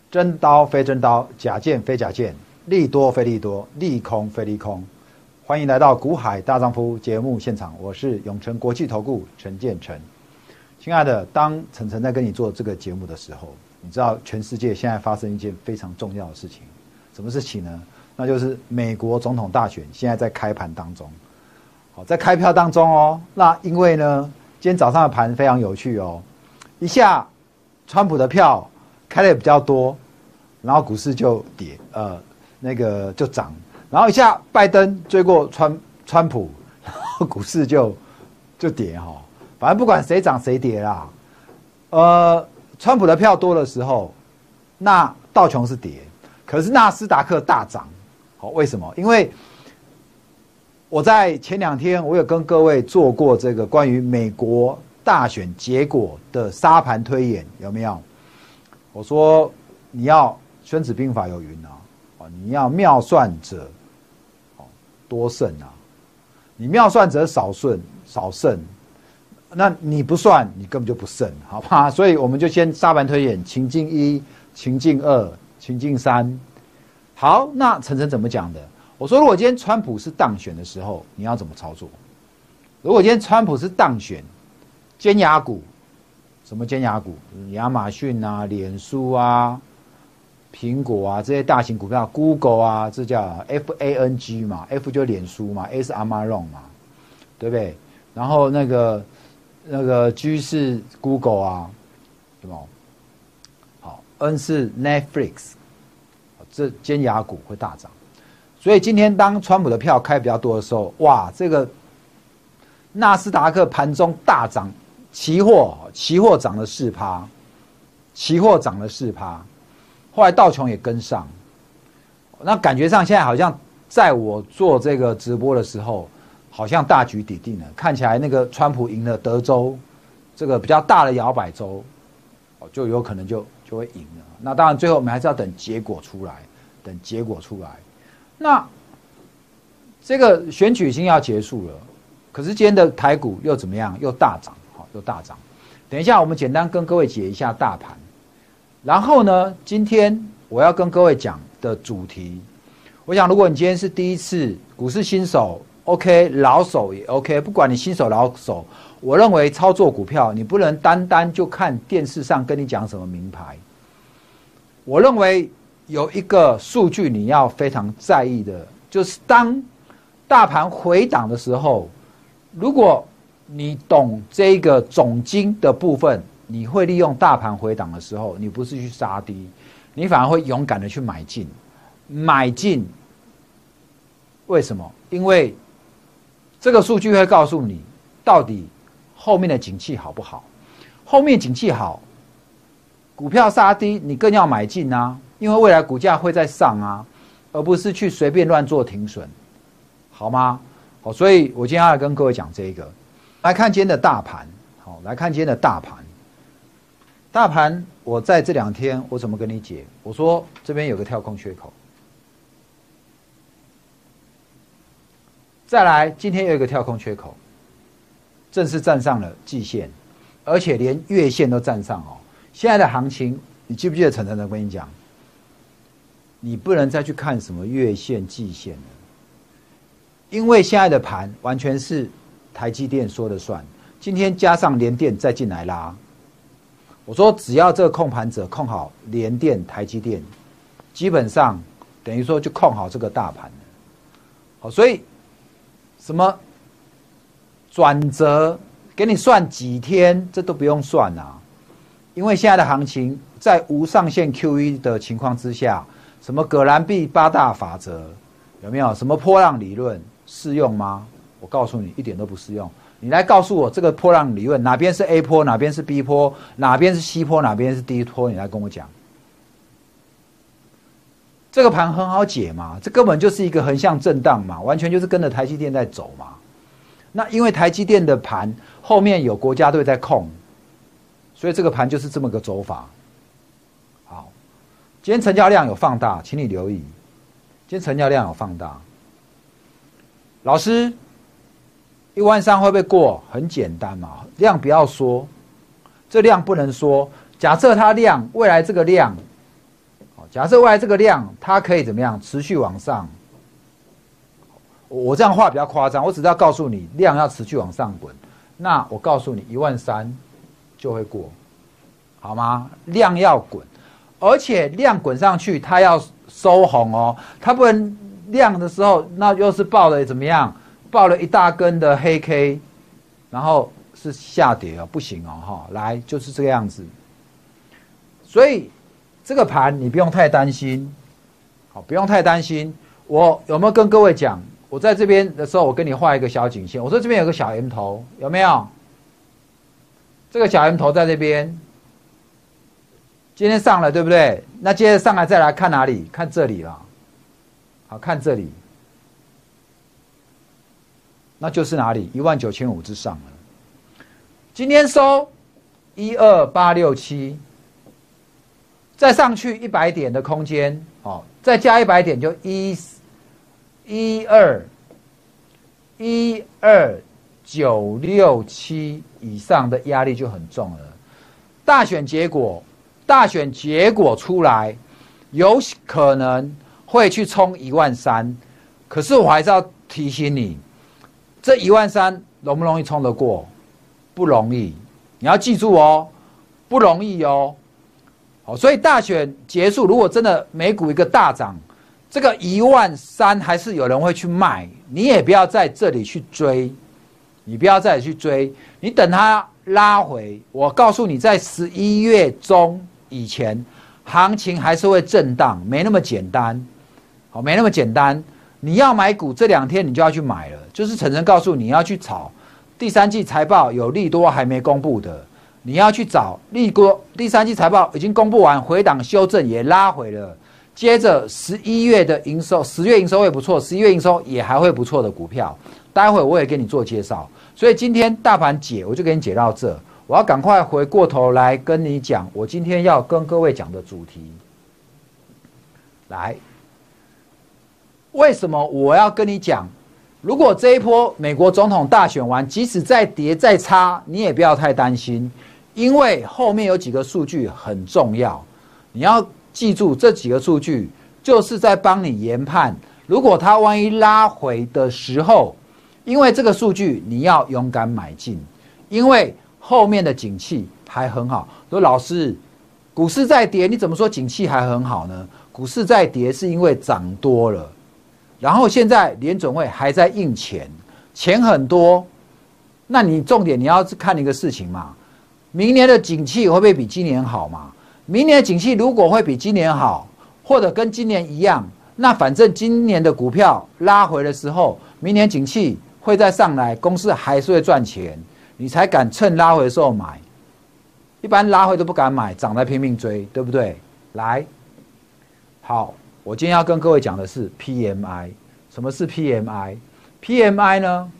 真刀非真刀，假剑非假剑，利多非利多，利空非利空。欢迎来到股海大丈夫节目现场，我是永诚国际投顾陈建成。亲爱的，当晨晨在跟你做这个节目的时候，你知道全世界现在发生一件非常重要的事情，什么事情呢？那就是美国总统大选现在在开盘当中，好，在开票当中哦。那因为呢，今天早上的盘非常有趣哦，一下川普的票开的也比较多，然后股市就跌，就涨，然后一下拜登追过川普，然后股市就跌哈，反正不管谁涨谁跌啦。川普的票多的时候，那道琼是跌，可是纳斯达克大涨，好，为什么？因为我在前2天我有跟各位做过这个关于美国大选结果的沙盘推演，有没有？我说你要孙子兵法有云啊，你要妙算者多胜啊，你妙算者少胜，那你不算你根本就不胜，好吧？所以我们就先沙盘推演情境1、情境2、情境3。好，那晨晨怎么讲的？我说如果今天川普是当选的时候，你要怎么操作？如果今天川普是当选，尖牙股。什么尖牙股？亚马逊啊、脸书啊、苹果啊这些大型股票 ，Google 啊，这叫 FANG 嘛 ，F 就脸书嘛 ，A 是 Amazon 嘛，对不对？然后那个 G 是 Google 啊，对吗？好 ，N 是 Netflix， 这尖牙股会大涨。所以今天当川普的票开比较多的时候，哇，这个纳斯达克盘中大涨。期货涨了4%，期货涨了4%，后来道琼也跟上。那感觉上现在好像在我做这个直播的时候，好像大局已定了。看起来那个川普赢了德州这个比较大的摇摆州，就有可能就会赢了。那当然最后我们还是要等结果出来，那这个选举已经要结束了，可是今天的台股又怎么样？又大涨。等一下，我们简单跟各位解一下大盘。然后呢，今天我要跟各位讲的主题，我想如果你今天是第一次股市新手 ，OK， 老手也 OK， 不管你新手老手，我认为操作股票你不能单单就看电视上跟你讲什么名牌。我认为有一个数据你要非常在意的，就是当大盘回档的时候，如果你懂这个总经的部分，你会利用大盘回档的时候，你不是去杀低，你反而会勇敢的去买进。为什么？因为这个数据会告诉你，到底后面的景气好不好。后面景气好，股票杀低，你更要买进啊，因为未来股价会再上啊，而不是去随便乱做停损，好吗？好，所以我今天要来跟各位讲这个。来看今天的大盘，好，来看今天的大盘。大盘，我在这2天我怎么跟你解？我说这边有个跳空缺口，再来今天有一个跳空缺口，正式站上了季线，而且连月线都站上哦。现在的行情，你记不记得陈晨的跟你讲？你不能再去看什么月线、季线了，因为现在的盘完全是台积电说了算，今天加上联电再进来拉，我说只要这个控盘者控好联电、台积电，基本上等于说就控好这个大盘了。好，所以什么转折给你算几天，这都不用算啊，因为现在的行情在无上限 QE 的情况之下，什么葛兰碧8大法则有没有？什么波浪理论适用吗？我告诉你，一点都不适用。你来告诉我这个波浪理论哪边是 A 波，哪边是 B 波，哪边是 C 波，哪边是 D 波，你来跟我讲。这个盘很好解嘛，这根本就是一个横向震荡嘛，完全就是跟着台积电在走嘛。那因为台积电的盘后面有国家队在控，所以这个盘就是这么个走法。好，今天成交量有放大，请你留意，今天成交量有放大。老师，13000会不会过？很简单嘛，量不要说，这量不能说。假设它量未来这个量假设未来这个量它可以怎么样持续往上？我这样话比较夸张，我只是要告诉你量要持续往上滚。那我告诉你13000就会过，好吗？量要滚，而且量滚上去，它要收红哦，它不能量的时候，那又是爆了怎么样？爆了一大根的黑 K， 然后是下跌哦，不行哦，哈，来就是这个样子。所以这个盘你不用太担心，好，不用太担心。我有没有跟各位讲？我在这边的时候，我跟你画一个小颈线。我说这边有个小 M 头，有没有？这个小 M 头在这边，今天上了，对不对？那接着上来再来看哪里？看这里了。好，看这里，那就是哪里？19500之上了。今天收12867，再上去100点的空间，哦，再加100点就12967以上的压力就很重了。大选结果出来，有可能会去冲13000，可是我还是要提醒你，这13000容不容易冲得过？不容易，你要记住哦，不容易哦。好，所以大选结束，如果真的美股一个大涨，这个13000还是有人会去卖，你也不要在这里去追，你等它拉回。我告诉你，在11月中以前，行情还是会震荡，没那么简单。好，没那么简单。你要买股，这2天你就要去买了。就是晨晨告诉你要去炒第3季财报有利多还没公布的，你要去找第3季财报已经公布完，回档修正也拉回了。接着11月的营收，10月营收会不错，11月营收也还会不错的股票，待会我也给你做介绍。所以今天大盘解我就给你解到这，我要赶快回过头来跟你讲，我今天要跟各位讲的主题。来，为什么我要跟你讲？如果这一波美国总统大选完，即使再跌再差，你也不要太担心，因为后面有几个数据很重要，你要记住这几个数据，就是在帮你研判，如果它万一拉回的时候，因为这个数据你要勇敢买进，因为后面的景气还很好。说老师，股市在跌，你怎么说景气还很好呢？股市在跌是因为涨多了，然后现在联准会还在印钱，钱很多，那你重点你要看一个事情嘛，明年的景气会不会比今年好嘛？明年的景气如果会比今年好，或者跟今年一样，那反正今年的股票拉回的时候，明年景气会再上来，公司还是会赚钱，你才敢趁拉回的时候买。一般拉回都不敢买，涨来拼命追，对不对？来，好，我今天要跟各位讲的是 PMI。什么是 PMI？PMI 呢？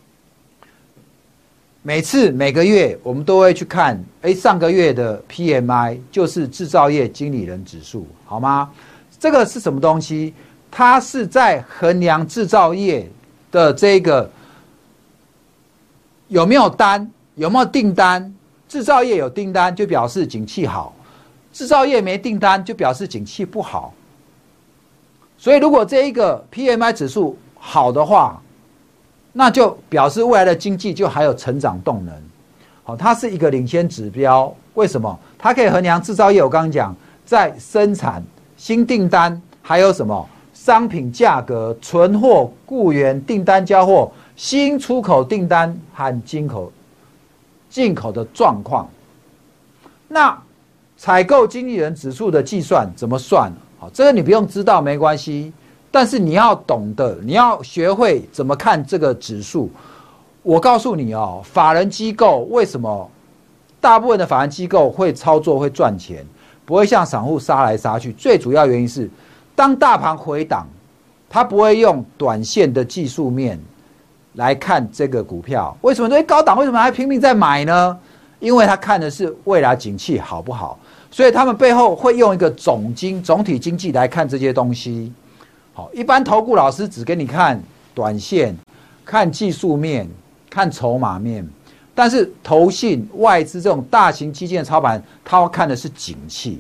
每个月我们都会去看，上个月的 PMI 就是制造业经理人指数，好吗？这个是什么东西？它是在衡量制造业的这个有没有单，有没有订单。制造业有订单就表示景气好，制造业没订单就表示景气不好。所以如果这一个 PMI 指数好的话，那就表示未来的经济就还有成长动能。好，它是一个领先指标。为什么？它可以衡量制造业，我刚刚讲在生产、新订单，还有什么商品价格、存货、雇员、订单交货、新出口订单和进口的状况。那采购经理人指数的计算怎么算？好，这个你不用知道没关系，但是你要懂得，你要学会怎么看这个指数。我告诉你哦，法人机构为什么大部分的法人机构会操作会赚钱，不会像散户杀来杀去？最主要原因是，当大盘回档，他不会用短线的技术面来看这个股票。为什么？因为高档为什么还拼命在买呢？因为他看的是未来景气好不好，所以他们背后会用一个总体经济来看这些东西。好，一般投顾老师只给你看短线、看技术面、看筹码面，但是投信、外资这种大型基金的操盘，他要看的是景气。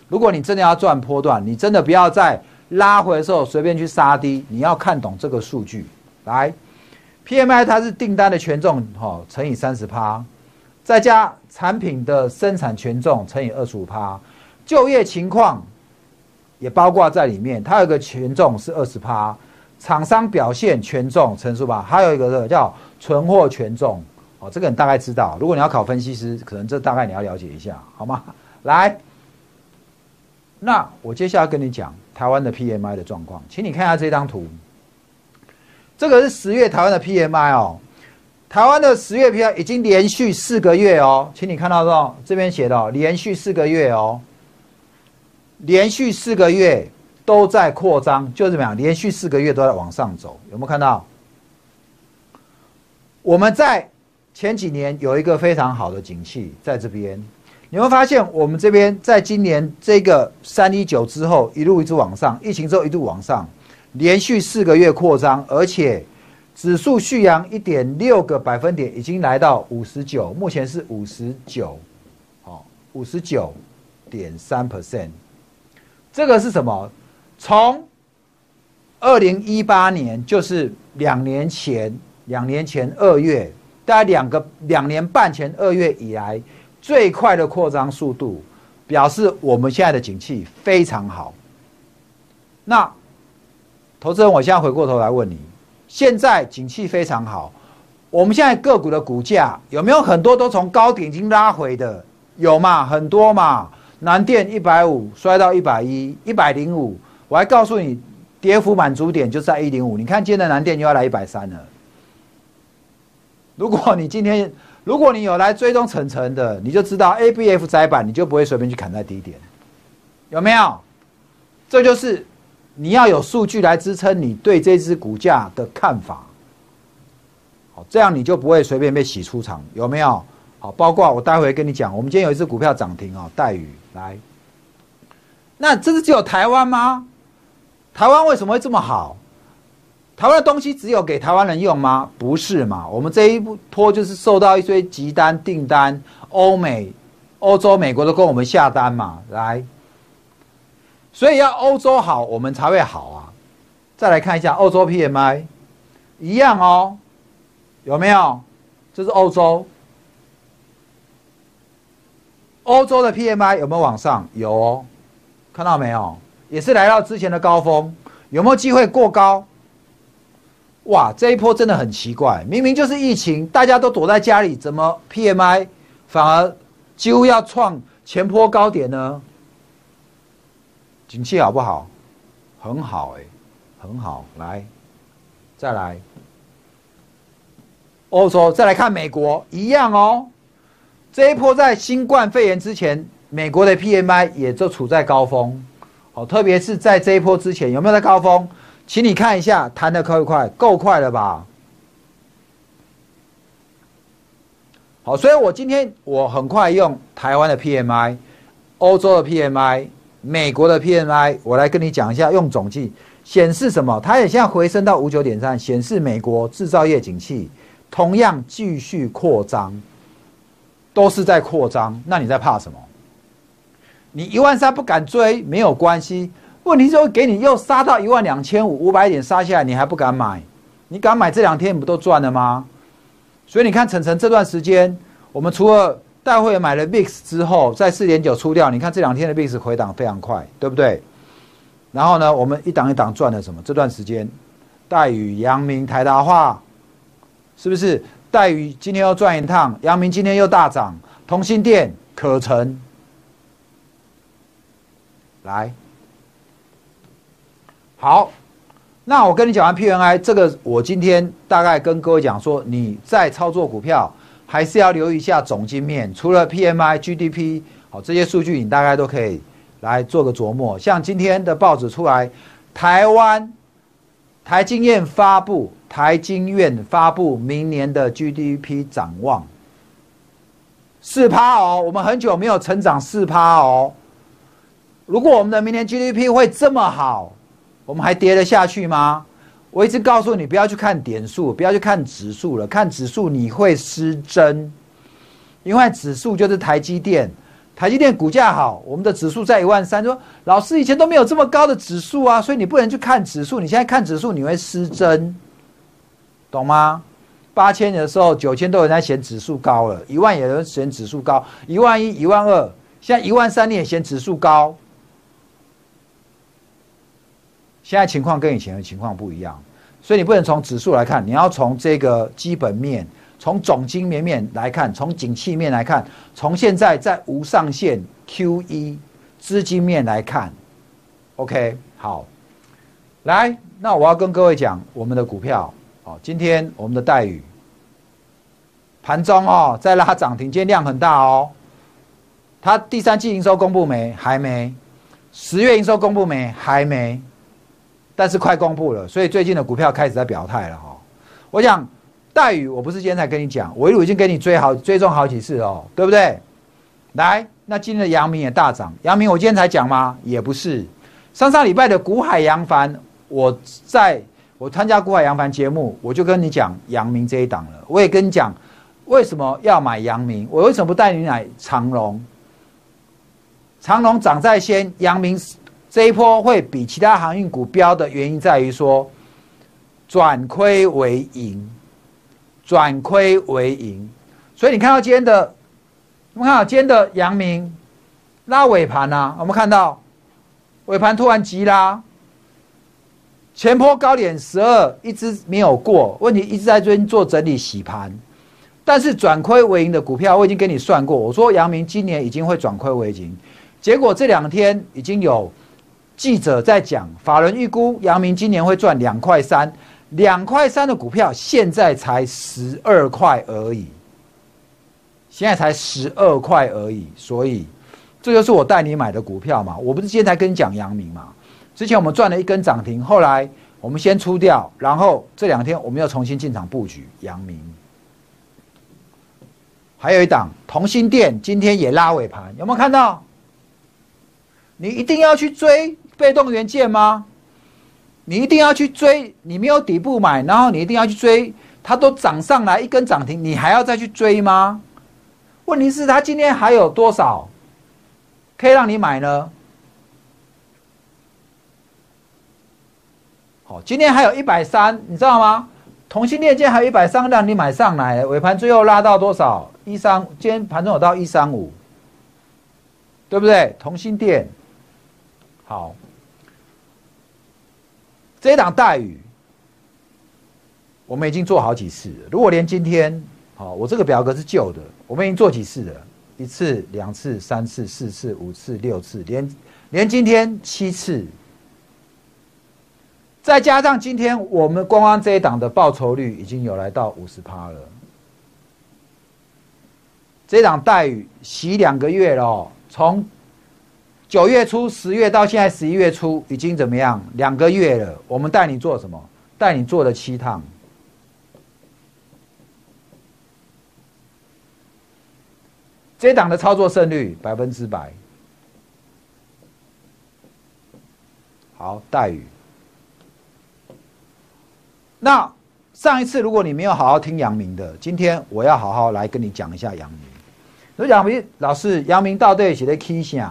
如果你真的要赚波段，你真的不要在拉回的时候随便去杀低，你要看懂这个数据。来 ，PMI 它是订单的权重乘以30%，再加产品的生产权重乘以25%，就业情况也包括在里面，它有一个权重是20%，厂商表现权重乘数吧，还有一个叫存货权重。这个你大概知道。如果你要考分析师，可能这大概你要了解一下，好吗？来。那我接下来跟你讲台湾的 PMI 的状况，请你看一下这张图。这个是10月台湾的 PMI 哦，台湾的10月 PMI 已经连续4个月哦，请你看到这边写的哦，连续4个月哦，连续4个月都在扩张，就是怎么样？连续4个月都在往上走，有没有看到？我们在前几年有一个非常好的景气在这边。你会发现，我们这边在今年这个319之后，一直往上，疫情之后一度往上，连续4个月扩张，而且指数续扬1.6个百分点，已经来到59，目前是59.3%。这个是什么？从2018年，就是2年前2月，大概2年半前2月以来。最快的扩张速度，表示我们现在的景气非常好。那投资人，我现在回过头来问你，现在景气非常好，我们现在个股的股价有没有很多都从高点已经拉回的？有嘛？很多嘛。南电150摔到110、105，我还告诉你，跌幅满足点就在105。你看今天的南电又要来130了。如果你有来追踪晨晨的，你就知道 ABF 窄板，你就不会随便去砍在低点，有没有？这就是你要有数据来支撑你对这只股价的看法，好，这样你就不会随便被洗出场，有没有？好，包括我待会跟你讲，我们今天有一只股票涨停哦，戴宇来。那这是只有台湾吗？台湾为什么会这么好？台湾的东西只有给台湾人用吗？不是嘛，我们这一波就是受到一堆急单订单，欧洲、美国都跟我们下单嘛，来，所以要欧洲好，我们才会好啊。再来看一下欧洲 PMI， 一样哦，有没有？这是欧洲的 PMI 有没有往上？有哦，看到没有？也是来到之前的高峰，有没有机会过高？哇，这一波真的很奇怪，明明就是疫情，大家都躲在家里，怎么 PMI 反而几乎要创前波高点呢？景气好不好？很好很好。来，再来，欧洲，再来看美国，一样哦。这一波在新冠肺炎之前，美国的 PMI 也就处在高峰，特别是在这一波之前，有没有在高峰？请你看一下，弹得快不快？够快了吧？好，所以我今天很快用台湾的 PMI、欧洲的 PMI、美国的 PMI， 我来跟你讲一下，用总计显示什么？它也现在回升到59.3，显示美国制造业景气同样继续扩张，都是在扩张。那你在怕什么？你13000不敢追没有关系。问题就给你又杀到12500点杀下来，你还不敢买？你敢买这2天你不都赚了吗？所以你看晨晨这段时间，我们除了带会员买了 VIX 之后，在4.9出掉，你看这2天的 VIX 回档非常快，对不对？然后呢，我们一档一档赚了什么？这段时间，戴宇、阳明、台达化，是不是？戴宇今天又赚一趟，阳明今天又大涨，同心店、可成，来。好，那我跟你讲完 PMI 这个，我今天大概跟各位讲说，你在操作股票还是要留意一下总经面，除了 PMI、GDP， 好这些数据你大概都可以来做个琢磨。像今天的报纸出来，台经院发布明年的 GDP 展望，4%哦，我们很久没有成长4%哦。如果我们的明年 GDP 会这么好，我们还跌得下去吗？我一直告诉你不要去看点数，不要去看指数了，看指数你会失真，因为指数就是台积电台积电股价好，我们的指数在13000，说老师以前都没有这么高的指数啊，所以你不能去看指数，你现在看指数你会失真，懂吗？8000的时候9000都有人在嫌指数高了，10000也有人嫌指数高，11000、12000，现在13000你也嫌指数高。现在情况跟以前的情况不一样，所以你不能从指数来看，你要从这个基本面、从总经面来看，从景气面来看，从现在在无上限 QE 资金面来看。OK， 好，来，那我要跟各位讲我们的股票哦，今天我们的待遇盘中哦在拉涨停，今天量很大哦。它第三季营收公布没？还没。10月营收公布没？还没。但是快公布了，所以最近的股票开始在表态了哈。我想待遇，我不是今天才跟你讲，我一路已经给你追踪好几次哦，对不对？来，那今天的阳明也大涨，阳明我今天才讲吗？也不是，上礼拜的股海扬帆，我参加股海扬帆节目，我就跟你讲阳明这一档了，我也跟你讲为什么要买阳明，我为什么不带你买长荣？长荣涨在先，阳明这一波会比其他航运股飙的原因在于说，转亏为盈，转亏为盈。所以你看到今天的，我们看到今天的阳明拉尾盘啊，我们看到尾盘突然急拉，前波高点12一直没有过，问题一直在这边做整理洗盘。但是转亏为盈的股票，我已经给你算过，我说阳明今年已经会转亏为盈，结果这2天已经有记者在讲，法人预估阳明今年会赚2块3，2块3的股票现在才12块而已，现在才12块而已，所以这就是我带你买的股票嘛。我不是今天才跟你讲阳明嘛，之前我们赚了1根涨停，后来我们先出掉，然后这2天我们又重新进场布局阳明。还有一档同心电，今天也拉尾盘，有没有看到？你一定要去追被动元件吗？你一定要去追？你没有底部买，然后你一定要去追，它都涨上来1根涨停，你还要再去追吗？问题是它今天还有多少可以让你买呢？好，今天还有130，你知道吗？同心电今天还有130让你买上来，尾盘最后拉到多少？13，今天盘中有到135，对不对？同心电。好，这一档待遇，我们已经做好几次了。如果连今天，好，我这个表格是旧的，我们已经做几次了？1次、2次、3次、4次、5次、6次，连今天7次，再加上今天我们光光这一档的报酬率已经有来到50%了。这一档待遇洗2个月了哦，从9月初、10月到现在11月初，已经怎么样？2个月了。我们带你做什么？带你做了7趟。这一档的操作胜率100%。好，待遇。那上一次如果你没有好好听阳明的，今天我要好好来跟你讲一下阳明。说阳明老师，阳明到底是在起啥？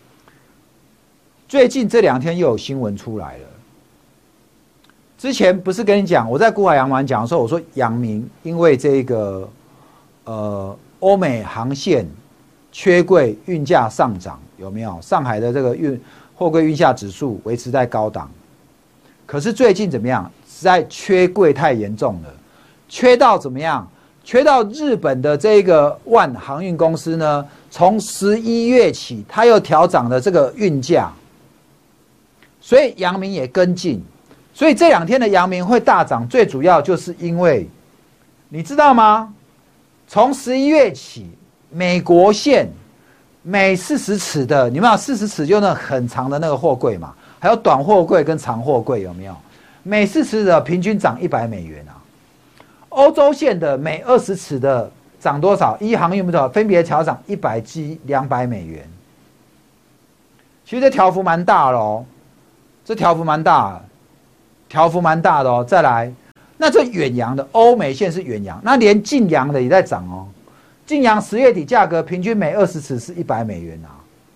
最近这2天又有新闻出来了。之前不是跟你讲，我在股海扬帆讲的时候，我说阳明因为这个欧美航线缺柜运价上涨，有没有？上海的这个货柜运价指数维持在高档，可是最近怎么样？实在缺柜太严重了，缺到怎么样？缺到日本的这个万航运公司呢，从11月起，它又调涨了这个运价。所以阳明也跟进，所以这2天的阳明会大涨，最主要就是因为，你知道吗？从11月起，美国线每40尺的，你们有40尺就那很长的那个货柜嘛，还有短货柜跟长货柜有没有？每40尺的平均涨$100啊。欧洲线的每20尺的涨多少？一航运不多，分别调涨100G $200。其实这条幅蛮大咯。这条幅蛮大，条幅蛮大的哦。再来，那这远洋的欧美线是远洋，那连近洋的也在涨哦。 晋阳10月底价格平均每20尺是$100啊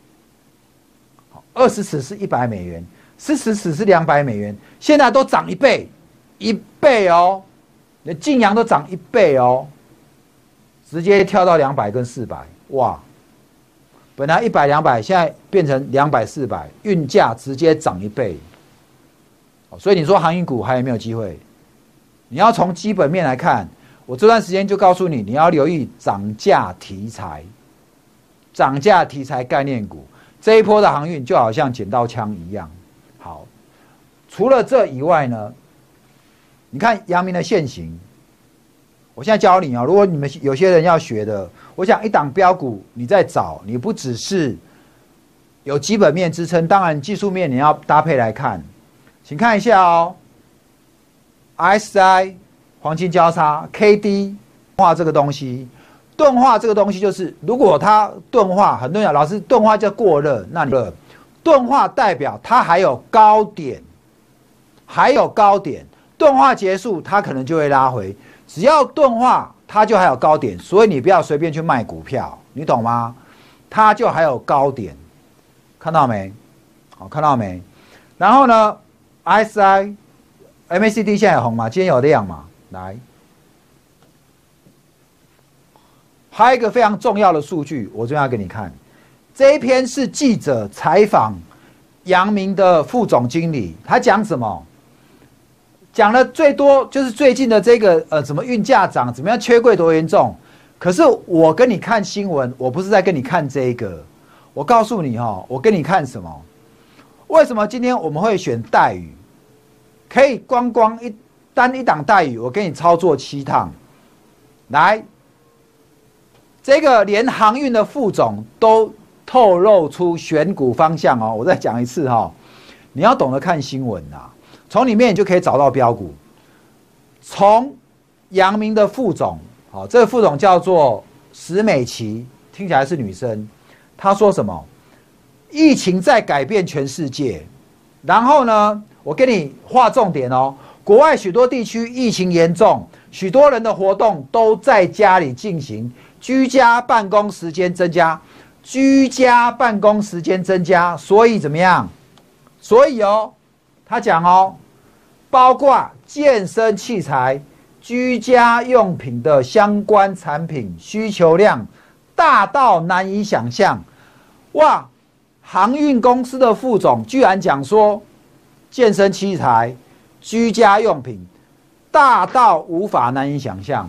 ，20尺是$100，40尺是$200，现在都涨1倍哦，连晋阳都涨1倍哦，直接跳到200跟400，哇！本来100、200，现在变成200、400，运价直接涨1倍。所以你说航运股还有没有机会？你要从基本面来看，我这段时间就告诉你，你要留意涨价题材、涨价题材概念股。这一波的航运就好像剪刀枪一样。好，除了这以外呢，你看阳明的现行，我现在教你啊，如果你们有些人要学的，我想一档标股你在找，你不只是有基本面支撑，当然技术面你要搭配来看。请看一下哦 ，RSI 黄金交叉 KD 化这个东西，钝化这个东西就是，如果它钝化，很多人讲老师钝化叫过热，那你钝化代表它还有高点，钝化结束它可能就会拉回，只要钝化它就还有高点，所以你不要随便去卖股票，你懂吗？它就还有高点，看到没？好，看到没？然后呢？ RSI、MACD 现在有红吗？今天有量嘛？来，还有一个非常重要的数据，我这边要给你看。这一篇是记者采访阳明的副总经理，他讲什么？讲的最多就是最近的这个怎么运价涨，怎么样缺柜多严重。可是我跟你看新闻，我不是在跟你看这个，我告诉你哈，我跟你看什么？为什么今天我们会选带宇？可以光单一档带宇，我给你操作7趟。来，这个连航运的副总都透露出选股方向哦。我再讲一次哈，你要懂得看新闻啊，从里面你就可以找到标股。从阳明的副总，好，这个副总叫做石美琪，听起来是女生。她说什么？疫情在改变全世界，然后呢，我给你划重点哦。国外许多地区疫情严重，许多人的活动都在家里进行，居家办公时间增加，所以怎么样？所以哦，他讲哦，包括健身器材、居家用品的相关产品需求量大到难以想象，哇！航运公司的副总居然讲说，健身器材、居家用品大到无法难以想象。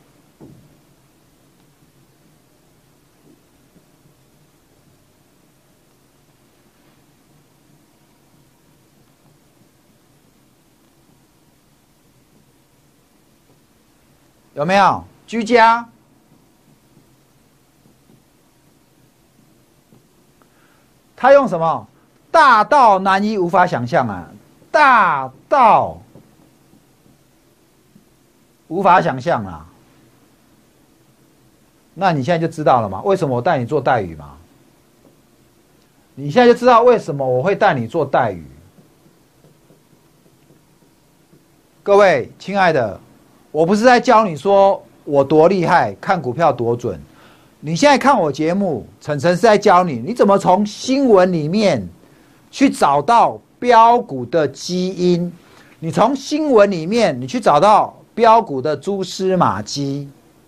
有没有居家？他用什么？大到难以无法想象啊！大到无法想象啊！那你现在就知道了吗？为什么我带你做带宇吗？你现在就知道为什么我会带你做带宇。各位亲爱的，我不是在教你说我多厉害，看股票多准。你现在看我节目，晨晨是在教你，你怎么从新闻里面去找到标股的基因，你从新闻里面你去找到标股的蛛丝马迹。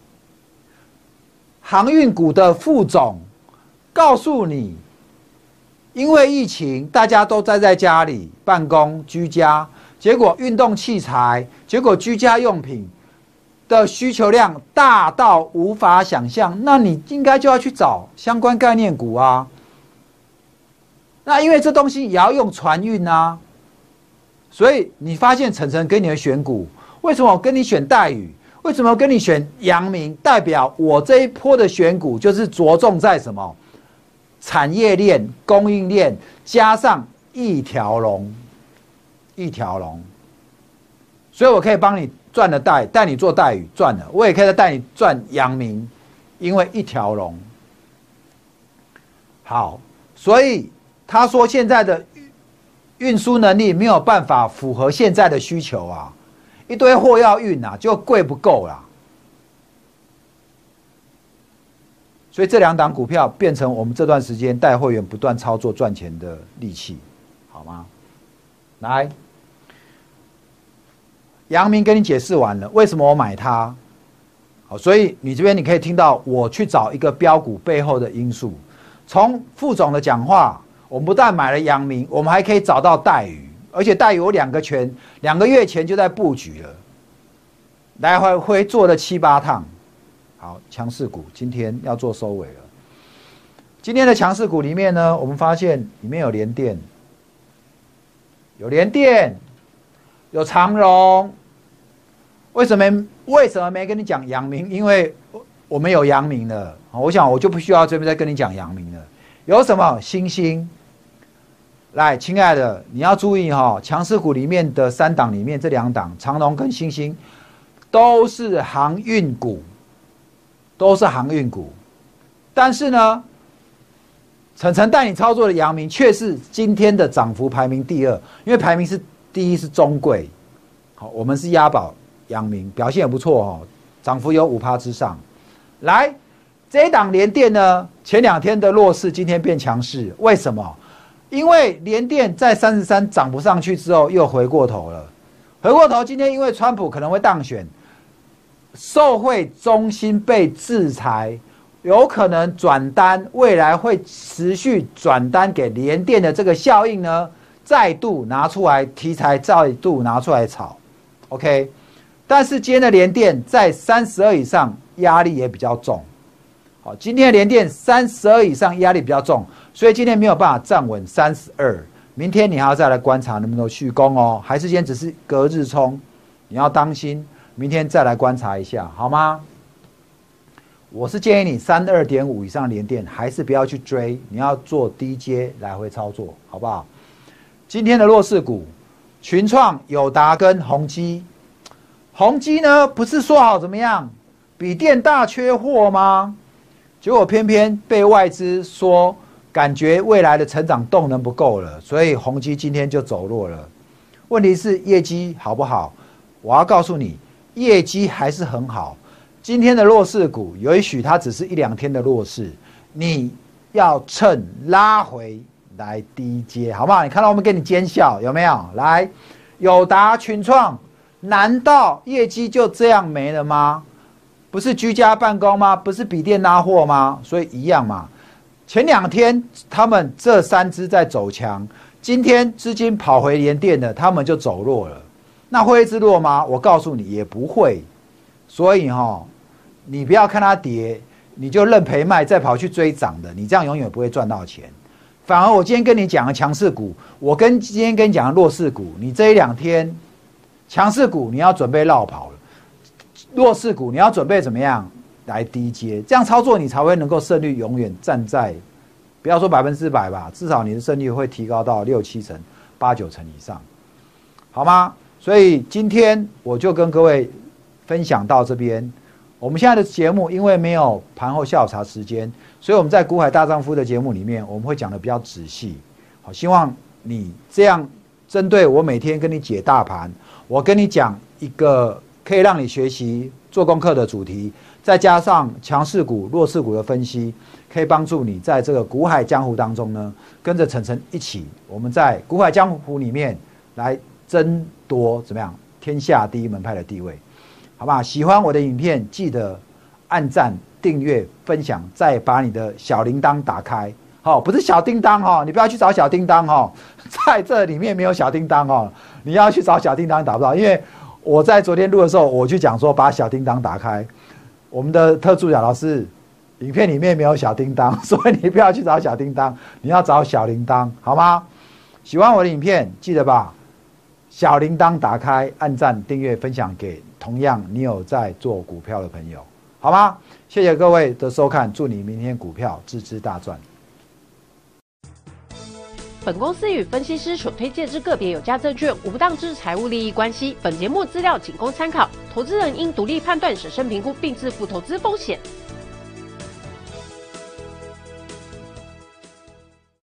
航运股的副总告诉你，因为疫情，大家都待在家里办公居家，结果运动器材，结果居家用品的需求量大到无法想象，那你应该就要去找相关概念股啊。那因为这东西也要用船运啊，所以你发现晨晨给你的选股，为什么我跟你选带宇？为什么我跟你选阳明？代表我这一波的选股就是着重在什么？产业链、供应链，加上一条龙，所以我可以帮你赚了带你做带宇赚了，我也可以再带你赚阳明，因为一条龙。好，所以他说现在的运输能力没有办法符合现在的需求啊，一堆货要运啊，就贵不够啦。 所以这2档股票变成我们这段时间带会员不断操作赚钱的利器，好吗？来，阳明跟你解释完了，为什么我买它？好，所以你这边你可以听到我去找一个标股背后的因素。从副总的讲话，我们不但买了阳明，我们还可以找到戴宇，而且戴宇我2个月前就在布局了，来回做了7、8趟。好，强势股今天要做收尾了。今天的强势股里面呢，我们发现里面有联电，有长荣。为什么没跟你讲阳明？因为我们有阳明了，我想我就不需要这边再跟你讲阳明了。有什么星星？来，亲爱的，你要注意哈，强势股里面的3档里面这2档，长荣跟星星都是航运股。但是呢，晨晨带你操作的阳明却是今天的涨幅排名第2，因为排名是第1是中贵，好，我们是押宝阳明，表现也不错哦，涨幅有5%之上。来，这一档联电呢，前2天的弱势，今天变强势，为什么？因为联电在33涨不上去之后又回过头了，今天因为川普可能会当选。受贿中心被制裁，有可能转单，未来会持续转单给联电的这个效应呢，再度拿出来题材，再度拿出来炒 ，OK。但是今天的联电在32以上压力也比较重，好，今天的联电32以上压力比较重，所以今天没有办法站稳32，明天你还要再来观察能不能续攻哦，还是今天只是隔日冲，你要当心。明天再来观察一下，好吗？我是建议你32.5以上联电还是不要去追，你要做低阶来回操作，好不好？今天的弱势股，群创、友达跟宏基，宏基呢不是说好怎么样，笔电大缺货吗？结果偏偏被外资说感觉未来的成长动能不够了，所以宏基今天就走弱了。问题是业绩好不好？我要告诉你。业绩还是很好，今天的弱势股，也许它只是1、2天的弱势，你要趁拉回来低接，好不好？你看到我们给你奸笑有没有？来，友达、群创，难道业绩就这样没了吗？不是居家办公吗？不是笔电拉货吗？所以一样嘛。前2天他们这3只在走强，今天资金跑回联电的，他们就走弱了。那会一直弱吗？我告诉你也不会，所以你不要看它跌，你就认赔卖，再跑去追涨的，你这样永远不会赚到钱。反而我今天跟你讲的强势股，我今天跟你讲的弱势股，你这1、2天强势股你要准备绕跑了，弱势股你要准备怎么样来低接，这样操作你才会能够胜率永远站在，不要说100%吧，至少你的胜率会提高到6、7成、8、9成以上，好吗？所以今天我就跟各位分享到这边。我们现在的节目因为没有盘后下午茶时间，所以我们在股海大丈夫的节目里面，我们会讲的比较仔细。好，希望你这样针对我每天跟你解大盘，我跟你讲一个可以让你学习做功课的主题，再加上强势股、弱势股的分析，可以帮助你在这个股海江湖当中呢，跟着晨晨一起，我们在股海江湖里面来争夺怎么样天下第一门派的地位，好吧？喜欢我的影片，记得按赞、订阅、分享，再把你的小铃铛打开。好，不是小叮当哈，你不要去找小叮当哈，在这里面没有小叮当哈，你要去找小叮当打不到，因为我在昨天录的时候，我去讲说把小叮当打开，我们的特助老师影片里面没有小叮当，所以你不要去找小叮当，你要找小铃铛，好吗？喜欢我的影片，记得把小铃铛打开，按赞、订阅、分享给同样你有在做股票的朋友，好吗？谢谢各位的收看，祝你明天股票支支大赚。 本公司与分析师所推荐之个别有价证券无不当之财务利益关系。本节目资料仅供参考，投资人应独立判断、审慎评估并自负投资风险。